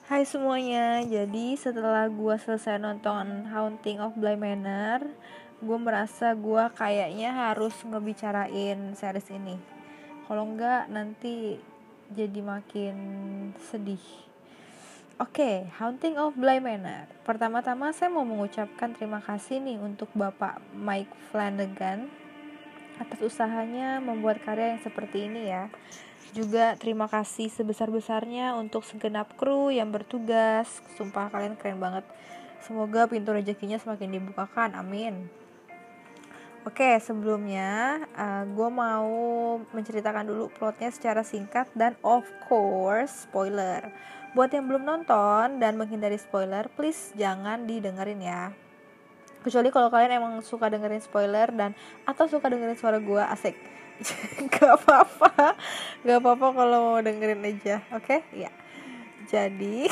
Hai semuanya, jadi setelah gue selesai nonton Haunting of Bly Manor, gue merasa gue kayaknya harus ngebicarain series ini. Kalau enggak nanti jadi makin sedih. Oke, Haunting of Bly Manor. Pertama-tama saya mau mengucapkan terima kasih nih untuk Bapak Mike Flanagan atas usahanya membuat karya yang seperti ini ya. Juga terima kasih sebesar-besarnya untuk segenap kru yang bertugas. Sumpah kalian keren banget. Semoga pintu rezekinya semakin dibukakan, amin. Oke, sebelumnya gue mau menceritakan dulu plotnya secara singkat dan of course spoiler. Buat yang belum nonton dan menghindari spoiler, please jangan didengerin ya. Kecuali kalau kalian emang suka dengerin spoiler dan atau suka dengerin suara gue, asik. Gak apa-apa kalau mau dengerin aja, oke? Ya. Jadi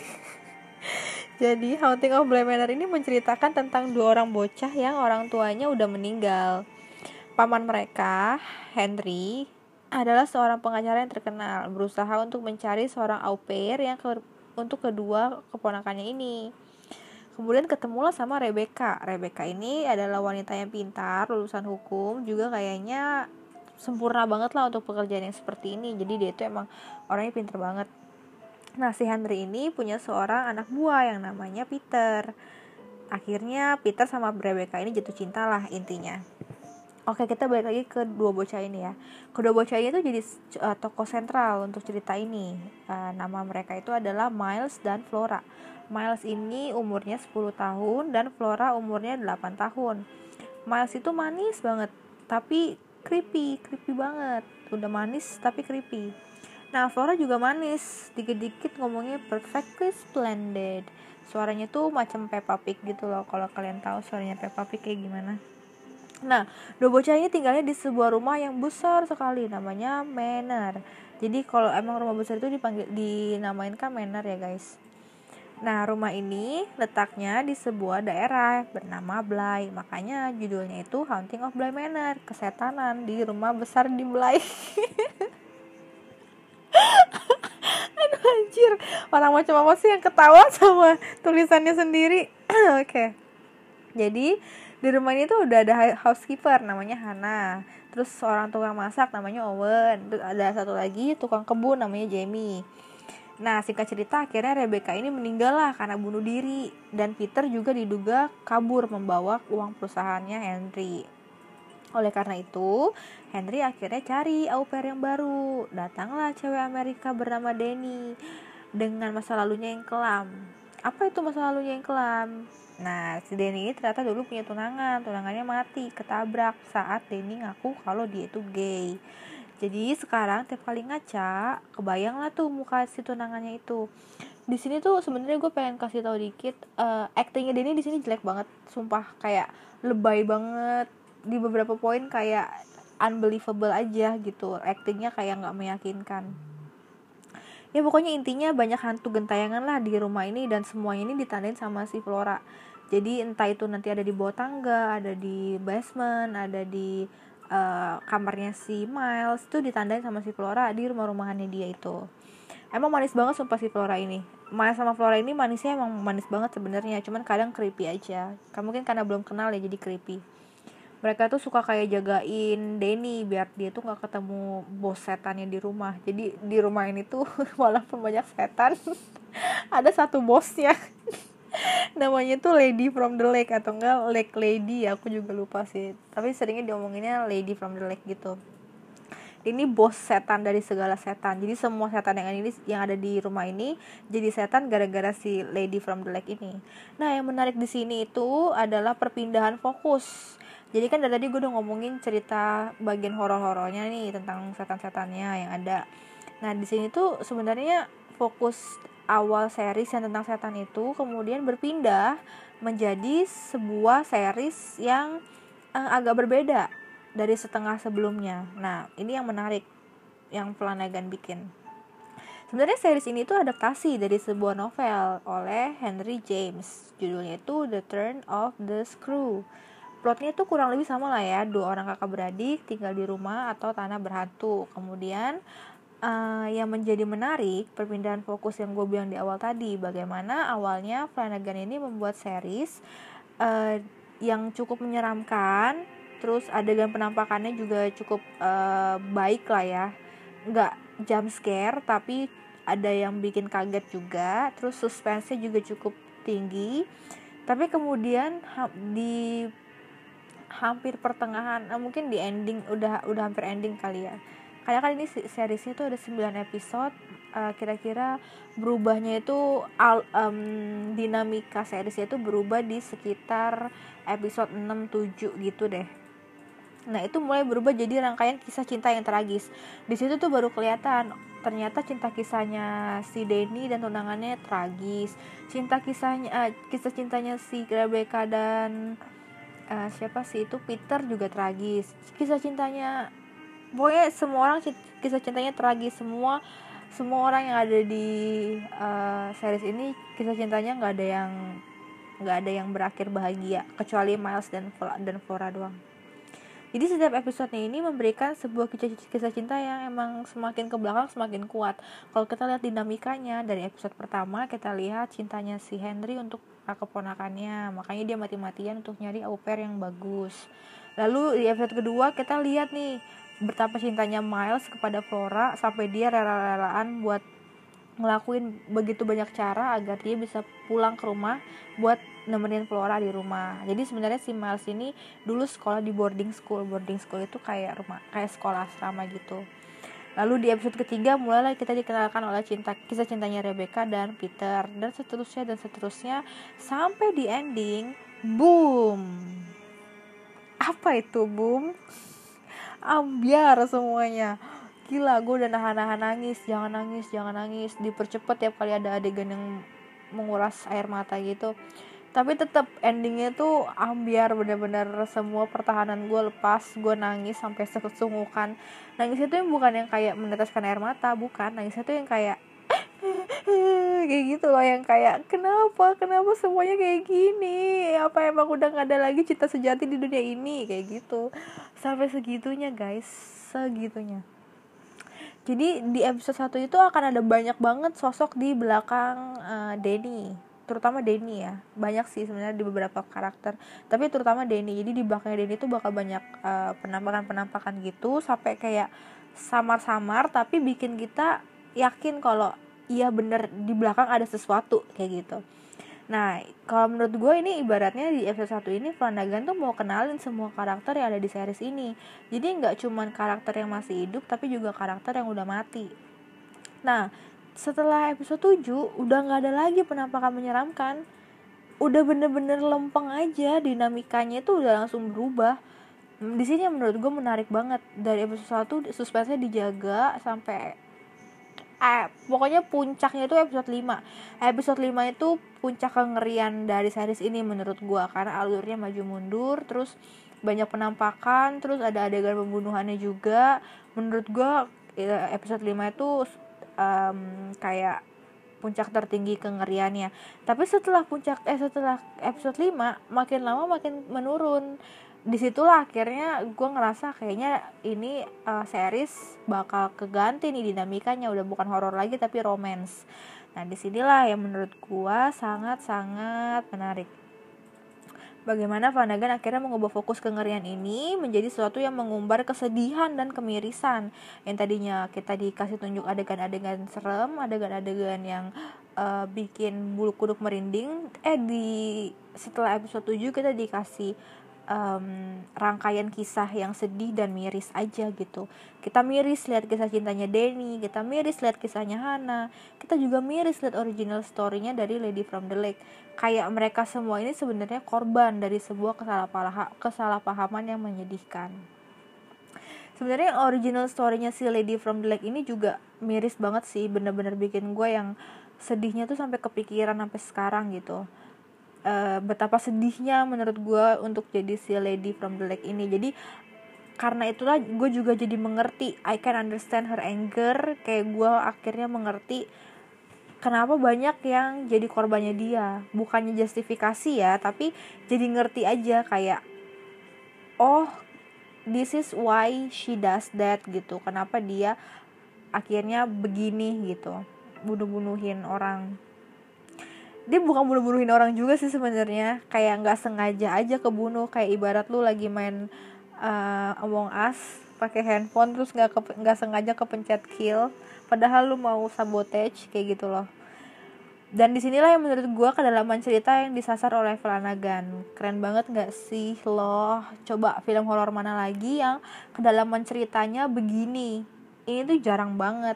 jadi Haunting of Bly Manor ini menceritakan tentang dua orang bocah yang orang tuanya udah meninggal. Paman mereka, Henry, adalah seorang pengacara yang terkenal, berusaha untuk mencari seorang au pair untuk kedua keponakannya ini. Kemudian ketemulah sama Rebecca. Rebecca ini adalah wanita yang pintar, lulusan hukum, juga kayaknya sempurna banget lah untuk pekerjaan yang seperti ini. Jadi dia itu emang orangnya pintar banget. Nah, si Henry ini punya seorang anak buah yang namanya Peter. Akhirnya Peter sama Rebecca ini jatuh cinta lah intinya. Oke, kita balik lagi ke dua bocah ini ya. Kedua bocah ini tuh jadi tokoh sentral untuk cerita ini. Nama mereka itu adalah Miles dan Flora. Miles ini umurnya 10 tahun dan Flora umurnya 8 tahun. Miles itu manis banget, tapi creepy banget. Udah manis tapi creepy. Nah, Flora juga manis, dikit-dikit ngomongnya perfectly splendid. Suaranya tuh macam Peppa Pig gitu loh. Kalau kalian tahu suaranya Peppa Pig kayak gimana. Nah, dua bocah ini tinggalnya di sebuah rumah yang besar sekali, namanya Manor. Jadi kalau emang rumah besar itu dinamainkan Manor ya guys. Nah, rumah ini letaknya di sebuah daerah bernama Bly. Makanya judulnya itu Haunting of Bly Manor, kesetanan di rumah besar di Bly. Aduh anjir, orang macam apa sih yang ketawa sama tulisannya sendiri. Oke. Jadi di rumah ini tuh udah ada housekeeper namanya Hannah, terus seorang tukang masak namanya Owen, terus ada satu lagi tukang kebun namanya Jamie. Nah, singkat cerita akhirnya Rebecca ini meninggal lah karena bunuh diri, dan Peter juga diduga kabur membawa uang perusahaannya Henry. Oleh karena itu, Henry akhirnya cari au pair yang baru. Datanglah cewek Amerika bernama Denny dengan masa lalunya yang kelam. Apa itu masa lalunya yang kelam? Nah, si Denny ini ternyata dulu punya tunangannya mati, ketabrak saat Denny ngaku kalau dia itu gay. Jadi sekarang tiap kali ngaca, kebayanglah tuh muka si tunangannya itu. Di sini tuh sebenarnya gue pengen kasih tahu dikit, actingnya Denny di sini jelek banget, sumpah kayak lebay banget. Di beberapa poin kayak unbelievable aja gitu, actingnya kayak nggak meyakinkan. Ya pokoknya intinya banyak hantu gentayangan lah di rumah ini, dan semuanya ini ditandain sama si Flora. Jadi entah itu nanti ada di bawah tangga, ada di basement, ada di kamarnya si Miles, itu ditandain sama si Flora di rumah-rumahannya dia itu. Emang manis banget sumpah si Flora ini. Miles sama Flora ini manisnya emang manis banget sebenarnya, cuman kadang creepy aja. Mungkin karena belum kenal ya jadi creepy. Mereka tuh suka kayak jagain Denny biar dia tuh nggak ketemu bos setannya di rumah. Jadi di rumah ini tuh walaupun banyak setan, ada satu bosnya. Namanya tuh Lady from the Lake atau enggak Lake Lady, aku juga lupa sih. Tapi seringnya diomonginnya Lady from the Lake gitu. Ini bos setan dari segala setan. Jadi semua setan yang ada di rumah ini jadi setan gara-gara si Lady from the Lake ini. Nah, yang menarik di sini itu adalah perpindahan fokus. Jadi kan dari tadi gue udah ngomongin cerita bagian horor-horornya nih tentang setan-setannya yang ada. Nah, di sini tuh sebenarnya fokus awal series yang tentang setan itu kemudian berpindah menjadi sebuah series yang agak berbeda dari setengah sebelumnya. Nah, ini yang menarik yang Flanagan bikin. Sebenarnya series ini tuh adaptasi dari sebuah novel oleh Henry James. Judulnya itu The Turn of the Screw. Plotnya tuh kurang lebih sama lah ya, dua orang kakak beradik tinggal di rumah atau tanah berhantu. Kemudian yang menjadi menarik, perpindahan fokus yang gue bilang di awal tadi, bagaimana awalnya Flanagan ini membuat series yang cukup menyeramkan, terus adegan penampakannya juga cukup baik lah ya, nggak jump scare tapi ada yang bikin kaget juga, terus suspense-nya juga cukup tinggi. Tapi kemudian di hampir pertengahan, mungkin di ending, udah hampir ending kali ya, karena kan ini seriesnya tuh ada 9 episode, kira-kira berubahnya itu dinamika seriesnya itu berubah di sekitar episode 6-7 gitu deh. Nah itu mulai berubah jadi rangkaian kisah cinta yang tragis. Di situ tuh baru kelihatan ternyata cinta kisahnya si Denny dan tunangannya tragis. Kisah cintanya si Rebecca dan siapa sih itu, Peter, juga tragis. Kisah cintanya, pokoknya semua orang kisah cintanya tragis. Semua orang yang ada di series ini kisah cintanya nggak ada yang berakhir bahagia kecuali Miles dan Flora doang. Jadi setiap episodenya ini memberikan sebuah kisah cinta yang emang semakin ke belakang semakin kuat. Kalau kita lihat dinamikanya dari episode pertama, kita lihat cintanya si Henry untuk keponakannya, makanya dia mati-matian untuk nyari au pair yang bagus. Lalu di episode kedua kita lihat nih betapa cintanya Miles kepada Flora sampai dia rela-relaan buat ngelakuin begitu banyak cara agar dia bisa pulang ke rumah buat nemenin Flora di rumah. Jadi sebenarnya si Miles ini dulu sekolah di boarding school itu kayak sekolah asrama gitu. Lalu di episode ketiga mulailah kita dikenalkan oleh kisah cintanya Rebecca dan Peter, dan seterusnya sampai di ending, boom. Apa itu boom? Ambiar semuanya. Gila, gue udah nahan nangis. Jangan nangis. Dipercepat tiap kali ada adegan yang menguras air mata gitu. Tapi tetap endingnya tuh ambiar, benar-benar semua pertahanan gue lepas, gue nangis sampai sesunggukan. Nangis itu yang bukan yang kayak meneteskan air mata, bukan. Nangis itu yang kayak kayak gitu loh, yang kayak kenapa semuanya kayak gini, apa emang udah gak ada lagi cinta sejati di dunia ini, kayak gitu. Sampai segitunya guys, segitunya. Jadi di episode 1 itu akan ada banyak banget sosok di belakang Denny, terutama Denny ya. Banyak sih sebenarnya di beberapa karakter, tapi terutama Denny. Jadi di belakang Denny itu bakal banyak penampakan gitu, sampai kayak samar-samar tapi bikin kita yakin kalau iya bener di belakang ada sesuatu kayak gitu. Nah, kalau menurut gue ini ibaratnya di episode 1 ini Flanagan tuh mau kenalin semua karakter yang ada di series ini. Jadi gak cuman karakter yang masih hidup, tapi juga karakter yang udah mati. Nah, setelah episode 7 udah gak ada lagi penampakan menyeramkan. Udah bener-bener lempeng aja, dinamikanya itu udah langsung berubah. Di sini menurut gue menarik banget. Dari episode 1 suspense-nya dijaga sampai pokoknya puncaknya itu episode 5. Episode 5 itu puncak kengerian dari series ini menurut gue, karena alurnya maju mundur, terus banyak penampakan, terus ada adegan pembunuhannya juga. Menurut gue episode 5 itu kayak puncak tertinggi kengeriannya. Tapi setelah episode 5 makin lama makin menurun. Disitulah akhirnya gue ngerasa kayaknya ini series bakal keganti nih dinamikanya, udah bukan horor lagi tapi romance. Nah disinilah yang menurut gue sangat-sangat menarik. Bagaimana Flanagan akhirnya mengubah fokus kengerian ini menjadi sesuatu yang mengumbar kesedihan dan kemirisan. Yang tadinya kita dikasih tunjuk adegan-adegan serem, adegan-adegan yang bikin bulu kuduk merinding, setelah episode 7 kita dikasih rangkaian kisah yang sedih dan miris aja gitu. Kita miris lihat kisah cintanya Denny, kita miris lihat kisahnya Hannah, kita juga miris lihat original story-nya dari Lady from the Lake. Kayak mereka semua ini sebenarnya korban dari sebuah kesalahpahaman yang menyedihkan. Sebenarnya original story-nya si Lady from the Lake ini juga miris banget sih, bener-bener bikin gue yang sedihnya tuh sampai kepikiran sampai sekarang gitu. Betapa sedihnya menurut gue untuk jadi si Lady from the Lake ini. Jadi karena itulah gue juga jadi mengerti, I can understand her anger. Kayak gue akhirnya mengerti kenapa banyak yang jadi korbannya dia. Bukannya justifikasi ya, tapi jadi ngerti aja kayak oh this is why she does that gitu. Kenapa dia akhirnya begini gitu, bunuh-bunuhin orang. Dia bukan bunuh-bunuhin orang juga sih sebenarnya, kayak nggak sengaja aja kebunuh, kayak ibarat lu lagi main Among Us pakai handphone terus nggak sengaja kepencet kill padahal lu mau sabotage kayak gitu loh. Dan disinilah yang menurut gue kedalaman cerita yang disasar oleh Flanagan. Keren banget gak sih lo? Coba film horor mana lagi yang kedalaman ceritanya begini? Ini tuh jarang banget.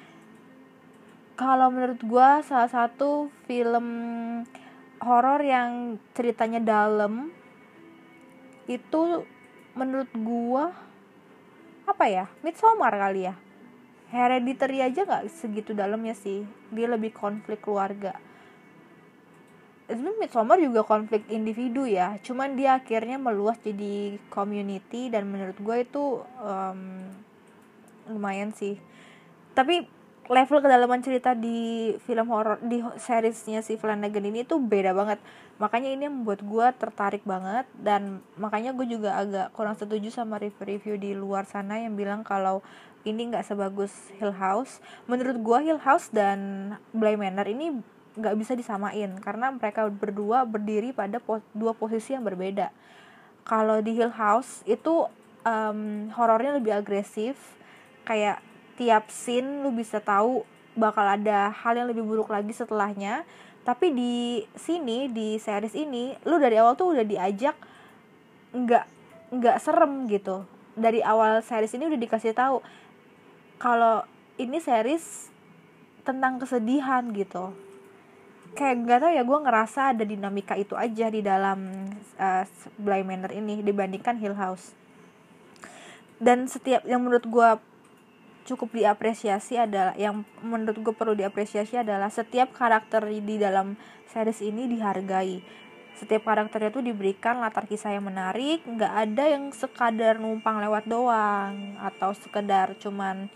Kalau menurut gue salah satu film horor yang ceritanya dalam itu menurut gue apa ya? Midsommar kali ya. Hereditary aja gak segitu dalamnya sih. Dia lebih konflik keluarga. Sebenarnya Midsommar juga konflik individu ya. Cuman dia akhirnya meluas jadi community. Dan menurut gue itu lumayan sih. Tapi level kedalaman cerita di film horor, di seriesnya si Flanagan ini tuh beda banget. Makanya ini membuat gue tertarik banget. Dan makanya gue juga agak kurang setuju sama review-review di luar sana yang bilang kalau ini gak sebagus Hill House. Menurut gue Hill House dan Bly Manor ini gak bisa disamain karena mereka berdua berdiri pada dua posisi yang berbeda. Kalau di Hill House itu horornya lebih agresif, kayak tiap scene lu bisa tahu bakal ada hal yang lebih buruk lagi setelahnya. Tapi di sini, di series ini, lu dari awal tuh udah diajak nggak serem gitu. Dari awal series ini udah dikasih tahu kalau ini series tentang kesedihan gitu. Kayak nggak tahu ya, gue ngerasa ada dinamika itu aja di dalam Bly Manor ini dibandingkan Hill House. Dan setiap yang menurut gue cukup diapresiasi adalah, yang menurut gue perlu diapresiasi adalah setiap karakter di dalam series ini dihargai. Setiap karakternya tuh diberikan latar kisah yang menarik, nggak ada yang sekadar numpang lewat doang atau sekedar cuman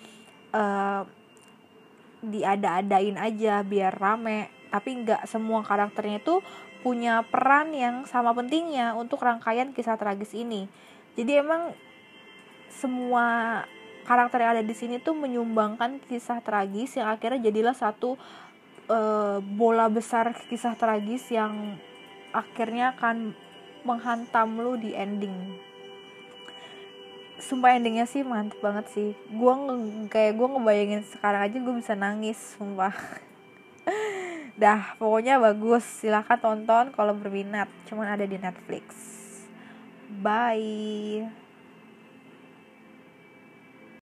diada-adain aja biar rame. Tapi nggak semua karakternya itu punya peran yang sama pentingnya untuk rangkaian kisah tragis ini. Jadi emang semua karakter yang ada di sini tuh menyumbangkan kisah tragis yang akhirnya jadilah satu bola besar kisah tragis yang akhirnya akan menghantam lu di ending. Sumpah endingnya sih mantep banget sih. Gue ngebayangin sekarang aja gue bisa nangis, sumpah. Dah, pokoknya bagus. Silahkan tonton kalau berminat. Cuman ada di Netflix. Bye.